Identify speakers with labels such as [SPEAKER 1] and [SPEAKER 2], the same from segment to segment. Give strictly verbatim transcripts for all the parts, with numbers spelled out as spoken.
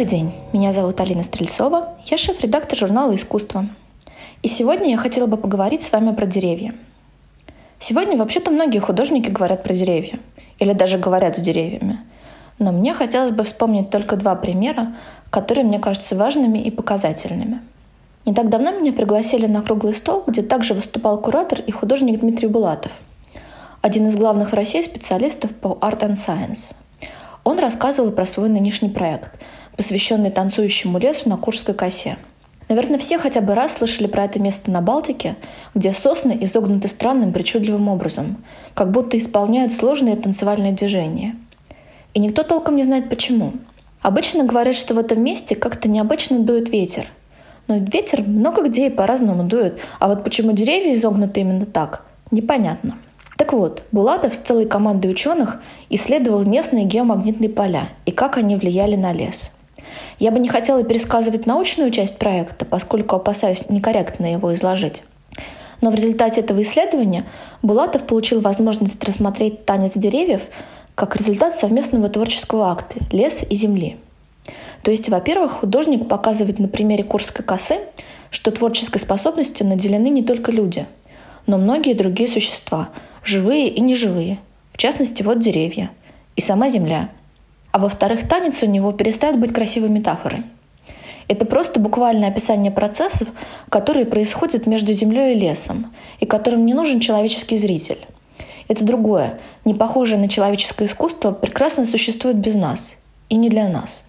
[SPEAKER 1] день, меня зовут Алина Стрельцова, я шеф-редактор журнала «Искусство». И сегодня я хотела бы поговорить с вами про деревья. Сегодня вообще-то многие художники говорят про деревья, или даже говорят с деревьями. Но мне хотелось бы вспомнить только два примера, которые мне кажутся важными и показательными. Не так давно меня пригласили на круглый стол, где также выступал куратор и художник Дмитрий Булатов, один из главных в России специалистов по Art and Science. Он рассказывал про свой нынешний проект, посвященный танцующему лесу на Куршской косе. Наверное, все хотя бы раз слышали про это место на Балтике, где сосны изогнуты странным причудливым образом, как будто исполняют сложные танцевальные движения. И никто толком не знает почему. Обычно говорят, что в этом месте как-то необычно дует ветер. Но ветер много где и по-разному дует, а вот почему деревья изогнуты именно так, непонятно. Так вот, Булатов с целой командой ученых исследовал местные геомагнитные поля и как они влияли на лес. Я бы не хотела пересказывать научную часть проекта, поскольку опасаюсь некорректно его изложить. Но в результате этого исследования Булатов получил возможность рассмотреть танец деревьев как результат совместного творческого акта леса и земли. То есть, во-первых, художник показывает на примере Куршской косы, что творческой способностью наделены не только люди, но многие другие существа, живые и неживые, в частности, вот деревья и сама земля. А во-вторых, танец у него перестает быть красивой метафорой. Это просто буквальное описание процессов, которые происходят между землей и лесом, и которым не нужен человеческий зритель. Это другое, не похожее на человеческое искусство, прекрасно существует без нас и не для нас.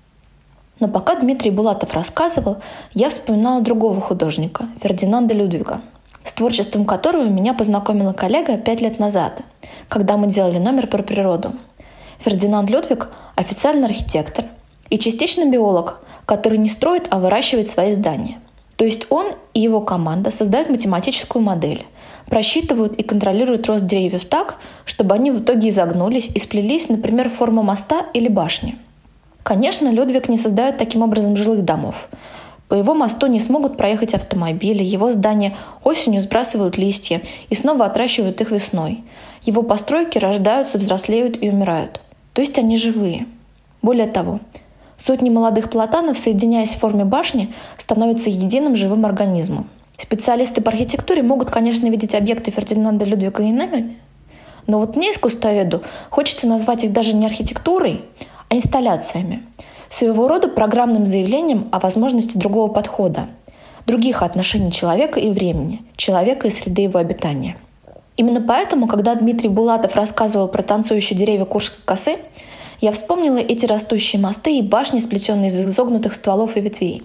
[SPEAKER 1] Но пока Дмитрий Булатов рассказывал, я вспоминала другого художника, Фердинанда Людвига, с творчеством которого меня познакомила коллега пять лет назад, когда мы делали номер про природу. Фердинанд Людвиг – официальный архитектор и частично биолог, который не строит, а выращивает свои здания. То есть он и его команда создают математическую модель, просчитывают и контролируют рост деревьев так, чтобы они в итоге изогнулись и сплелись, например, в форму моста или башни. Конечно, Людвиг не создает таким образом жилых домов. По его мосту не смогут проехать автомобили, его здания осенью сбрасывают листья и снова отращивают их весной. Его постройки рождаются, взрослеют и умирают. То есть они живые. Более того, сотни молодых платанов, соединяясь в форме башни, становятся единым живым организмом. Специалисты по архитектуре могут, конечно, видеть объекты Фердинанда Людвига иными, но вот мне, искусствоведу, хочется назвать их даже не архитектурой, а инсталляциями. Своего рода программным заявлением о возможности другого подхода, других отношений человека и времени, человека и среды его обитания. Именно поэтому, когда Дмитрий Булатов рассказывал про танцующие деревья Куршской косы, я вспомнила эти растущие мосты и башни, сплетенные из изогнутых стволов и ветвей.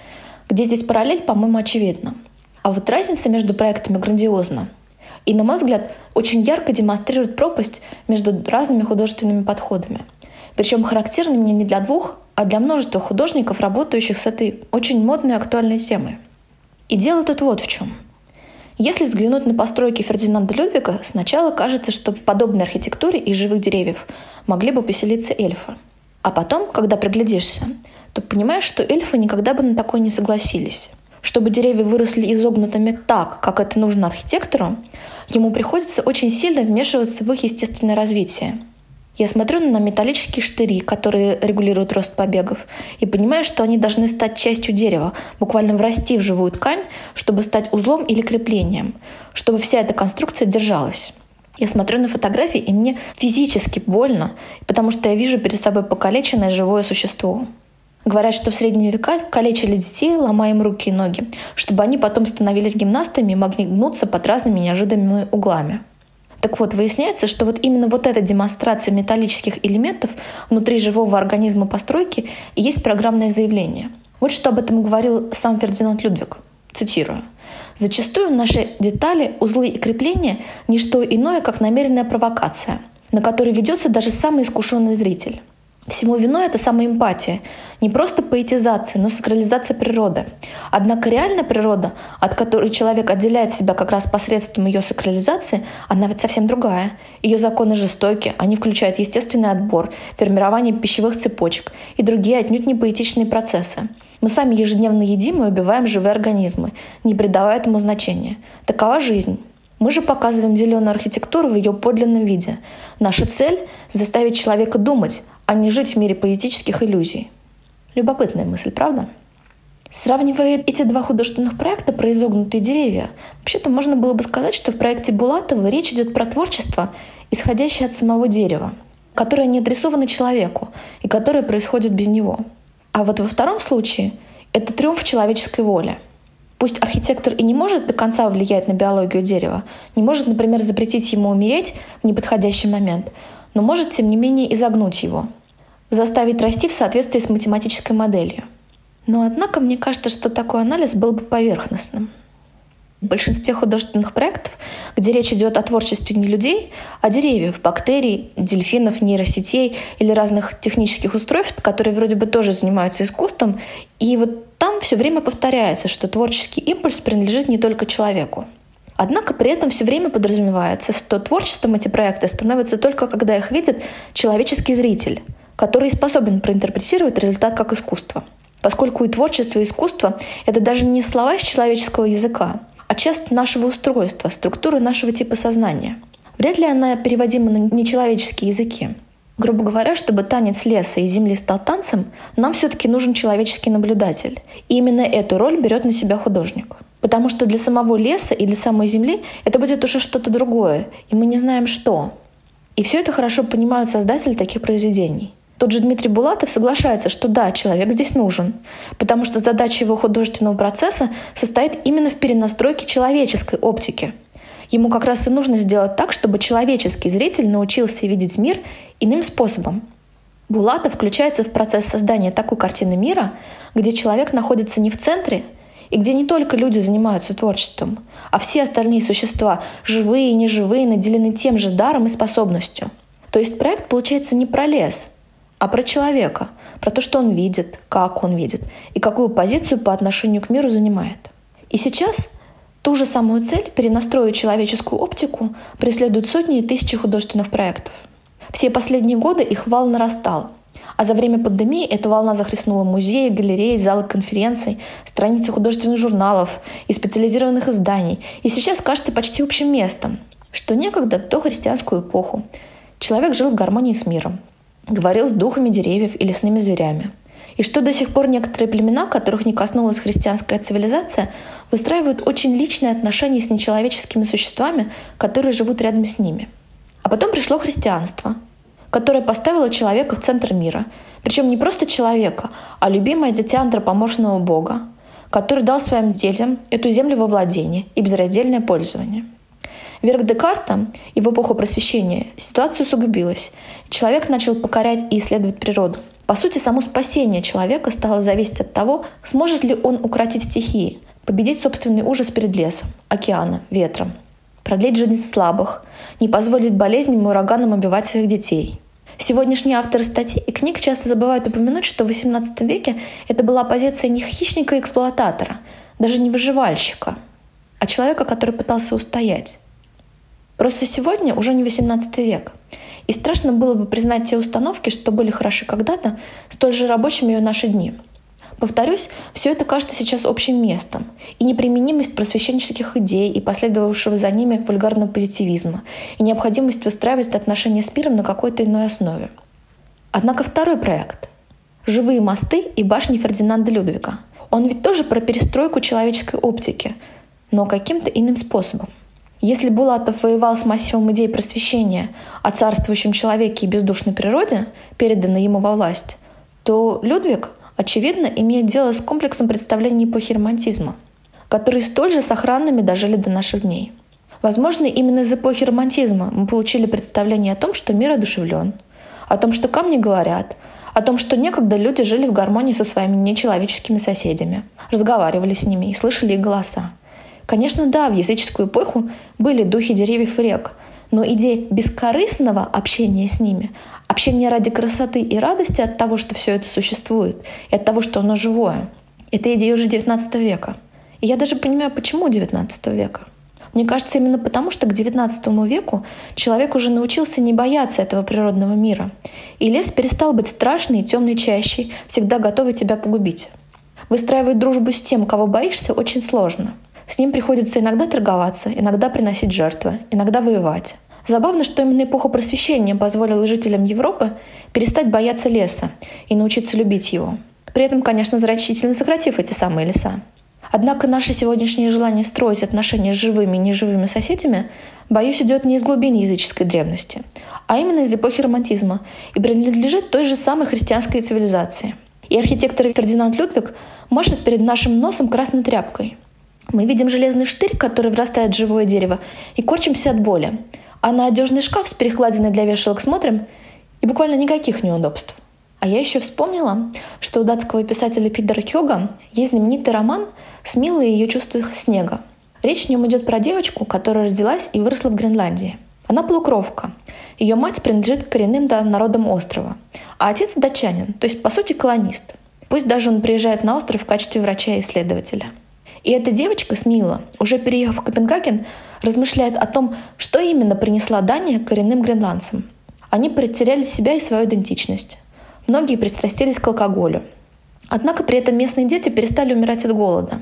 [SPEAKER 1] Где здесь параллель, по-моему, очевидна. А вот разница между проектами грандиозна. И, на мой взгляд, очень ярко демонстрирует пропасть между разными художественными подходами. Причем характерными не для двух, а для множества художников, работающих с этой очень модной и актуальной темой. И дело тут вот в чем. Если взглянуть на постройки Фердинанда Людвига, сначала кажется, что в подобной архитектуре из живых деревьев могли бы поселиться эльфы. А потом, когда приглядишься, то понимаешь, что эльфы никогда бы на такое не согласились. Чтобы деревья выросли изогнутыми так, как это нужно архитектору, ему приходится очень сильно вмешиваться в их естественное развитие. Я смотрю на металлические штыри, которые регулируют рост побегов, и понимаю, что они должны стать частью дерева, буквально врасти в живую ткань, чтобы стать узлом или креплением, чтобы вся эта конструкция держалась. Я смотрю на фотографии, и мне физически больно, потому что я вижу перед собой покалеченное живое существо. Говорят, что в средние века калечили детей, ломая им руки и ноги, чтобы они потом становились гимнастами и могли гнуться под разными неожиданными углами. Так вот, выясняется, что вот именно вот эта демонстрация металлических элементов внутри живого организма постройки и есть программное заявление. Вот что об этом говорил сам Фердинанд Людвиг. Цитирую. «Зачастую наши детали, узлы и крепления – не что иное, как намеренная провокация, на которой ведется даже самый искушенный зритель. Всему виной это самоэмпатия, не просто поэтизация, но сакрализация природы. Однако реальная природа, от которой человек отделяет себя как раз посредством ее сакрализации, она ведь совсем другая. Ее законы жестоки, они включают естественный отбор, формирование пищевых цепочек и другие отнюдь не поэтичные процессы. Мы сами ежедневно едим и убиваем живые организмы, не придавая этому значения. Такова жизнь. Мы же показываем зеленую архитектуру в ее подлинном виде. Наша цель — заставить человека думать, а не жить в мире поэтических иллюзий». Любопытная мысль, правда? Сравнивая эти два художественных проекта про изогнутые деревья, вообще-то можно было бы сказать, что в проекте Булатова речь идет про творчество, исходящее от самого дерева, которое не адресовано человеку и которое происходит без него. А вот во втором случае это триумф человеческой воли. Пусть архитектор и не может до конца влиять на биологию дерева, не может, например, запретить ему умереть в неподходящий момент, но может, тем не менее, изогнуть его, заставить расти в соответствии с математической моделью. Но, однако, мне кажется, что такой анализ был бы поверхностным. В большинстве художественных проектов, где речь идет о творчестве не людей, а деревьев, бактерий, дельфинов, нейросетей или разных технических устройств, которые вроде бы тоже занимаются искусством, и вот там все время повторяется, что творческий импульс принадлежит не только человеку. Однако при этом все время подразумевается, что творчеством эти проекты становятся только когда их видит человеческий зритель, который способен проинтерпретировать результат как искусство. Поскольку и творчество, и искусство — это даже не слова из человеческого языка, а часть нашего устройства, структуры нашего типа сознания. Вряд ли она переводима на нечеловеческие языки. Грубо говоря, чтобы танец леса и земли стал танцем, нам все-таки нужен человеческий наблюдатель. И именно эту роль берет на себя художник. Потому что для самого леса и для самой земли это будет уже что-то другое, и мы не знаем что. И все это хорошо понимают создатели таких произведений. Тот же Дмитрий Булатов соглашается, что да, человек здесь нужен, потому что задача его художественного процесса состоит именно в перенастройке человеческой оптики. Ему как раз и нужно сделать так, чтобы человеческий зритель научился видеть мир иным способом. Булатов включается в процесс создания такой картины мира, где человек находится не в центре, и где не только люди занимаются творчеством, а все остальные существа, живые и неживые, наделены тем же даром и способностью. То есть проект получается не про лес, а про человека, про то, что он видит, как он видит и какую позицию по отношению к миру занимает. И сейчас ту же самую цель, перенастроить человеческую оптику, преследуют сотни и тысячи художественных проектов. Все последние годы их вал нарастал, а за время пандемии эта волна захлестнула музеи, галереи, залы конференций, страницы художественных журналов и специализированных изданий, и сейчас кажется почти общим местом, что некогда в дохристианскую эпоху человек жил в гармонии с миром, говорил с духами деревьев и лесными зверями. И что до сих пор некоторые племена, которых не коснулась христианская цивилизация, выстраивают очень личные отношения с нечеловеческими существами, которые живут рядом с ними. А потом пришло христианство, которое поставило человека в центр мира. Причем не просто человека, а любимое дитя антропоморфного бога, который дал своим детям эту землю во владение и безраздельное пользование. Вверх Декарта и в эпоху Просвещения ситуация усугубилась. Человек начал покорять и исследовать природу. По сути, само спасение человека стало зависеть от того, сможет ли он укротить стихии, победить собственный ужас перед лесом, океаном, ветром, продлить жизнь слабых, не позволить болезням и ураганам убивать своих детей. Сегодняшние авторы статей и книг часто забывают упомянуть, что в восемнадцатом веке это была позиция не хищника и эксплуататора, даже не выживальщика, а человека, который пытался устоять. Просто сегодня уже не восемнадцатый век, и страшно было бы признать те установки, что были хороши когда-то, столь же рабочими и в наши дни. Повторюсь, все это кажется сейчас общим местом, и неприменимость просвещенческих идей и последовавшего за ними вульгарного позитивизма, и необходимость выстраивать отношения с миром на какой-то иной основе. Однако второй проект — «Живые мосты и башни Фердинанда Людвига» — он ведь тоже про перестройку человеческой оптики, но каким-то иным способом. Если Булатов воевал с массивом идей просвещения о царствующем человеке и бездушной природе, переданной ему во власть, то Людвиг, очевидно, имеет дело с комплексом представлений эпохи романтизма, которые столь же сохранными дожили до наших дней. Возможно, именно из эпохи романтизма мы получили представление о том, что мир одушевлен, о том, что камни говорят, о том, что некогда люди жили в гармонии со своими нечеловеческими соседями, разговаривали с ними и слышали их голоса. Конечно, да, в языческую эпоху были духи деревьев и рек, но идея бескорыстного общения с ними, общения ради красоты и радости от того, что все это существует, и от того, что оно живое, это идея уже девятнадцатого века. И я даже понимаю, почему девятнадцатого века. Мне кажется, именно потому, что к девятнадцатому веку человек уже научился не бояться этого природного мира, и лес перестал быть страшной и темной чащей, всегда готовый тебя погубить. Выстраивать дружбу с тем, кого боишься, очень сложно. С ним приходится иногда торговаться, иногда приносить жертвы, иногда воевать. Забавно, что именно эпоха Просвещения позволила жителям Европы перестать бояться леса и научиться любить его. при этом, конечно, значительно сократив эти самые леса. Однако наше сегодняшнее желание строить отношения с живыми и неживыми соседями, боюсь, идет не из глубин языческой древности, а именно из эпохи романтизма и принадлежит той же самой христианской цивилизации. И архитектор Фердинанд Людвиг машет перед нашим носом красной тряпкой. Мы видим железный штырь, который врастает в живое дерево, и корчимся от боли. А на одежный шкаф с перекладиной для вешалок смотрим, и буквально никаких неудобств. А я еще вспомнила, что у датского писателя Питера Хёга есть знаменитый роман «Смила и ее чувство снега». Речь в нем идет про девочку, которая родилась и выросла в Гренландии. Она полукровка. Ее мать принадлежит к коренным народам острова, а отец датчанин, то есть, по сути, колонист. Пусть даже он приезжает на остров в качестве врача и исследователя. И эта девочка, Смила, уже переехав в Копенгаген, размышляет о том, что именно принесла Дания коренным гренландцам. Они потеряли себя и свою идентичность. Многие пристрастились к алкоголю. Однако при этом местные дети перестали умирать от голода.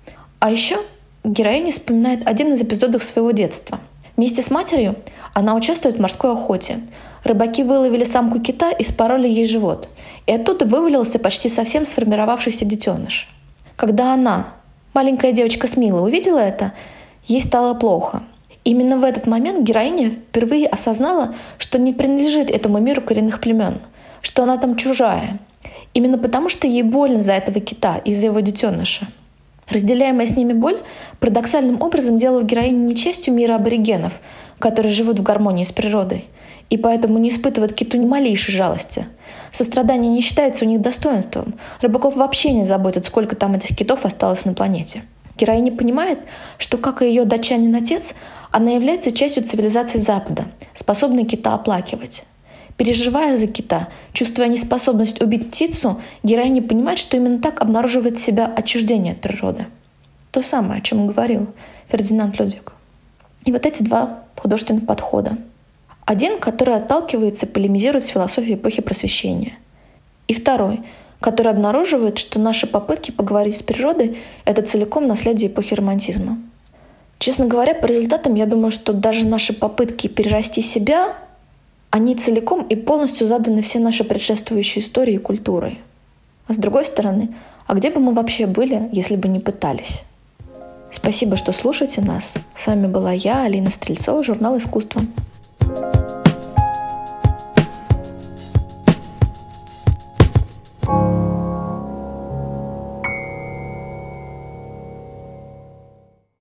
[SPEAKER 1] А еще героиня вспоминает один из эпизодов своего детства. Вместе с матерью она участвует в морской охоте. Рыбаки выловили самку кита и спороли ей живот. И оттуда вывалился почти совсем сформировавшийся детеныш. Когда она, маленькая девочка Смила, увидела это, ей стало плохо. Именно в этот момент героиня впервые осознала, что не принадлежит этому миру коренных племен, что она там чужая. Именно потому, что ей больно за этого кита, из-за его детеныша. Разделяемая с ними боль парадоксальным образом делала героиню не частью мира аборигенов, которые живут в гармонии с природой, и поэтому не испытывают к киту ни малейшей жалости. Сострадание не считается у них достоинством. Рыбаков вообще не заботит, сколько там этих китов осталось на планете. Героиня понимает, что, как и ее датчанин-отец, она является частью цивилизации Запада, способной кита оплакивать. Переживая за кита, чувствуя неспособность убить птицу, героиня понимает, что именно так обнаруживает себя отчуждение от природы. То самое, о чем говорил Фердинанд Людвиг. И вот эти два художественных подхода. Один, который отталкивается и полемизирует с философией эпохи Просвещения. И второй, который обнаруживает, что наши попытки поговорить с природой — это целиком наследие эпохи романтизма. Честно говоря, по результатам я думаю, что даже наши попытки перерасти себя, они целиком и полностью заданы все наши предшествующие истории и культурой. А с другой стороны, а где бы мы вообще были, если бы не пытались? Спасибо, что слушаете нас. С вами была я, Алина Стрельцова, журнал «Искусство».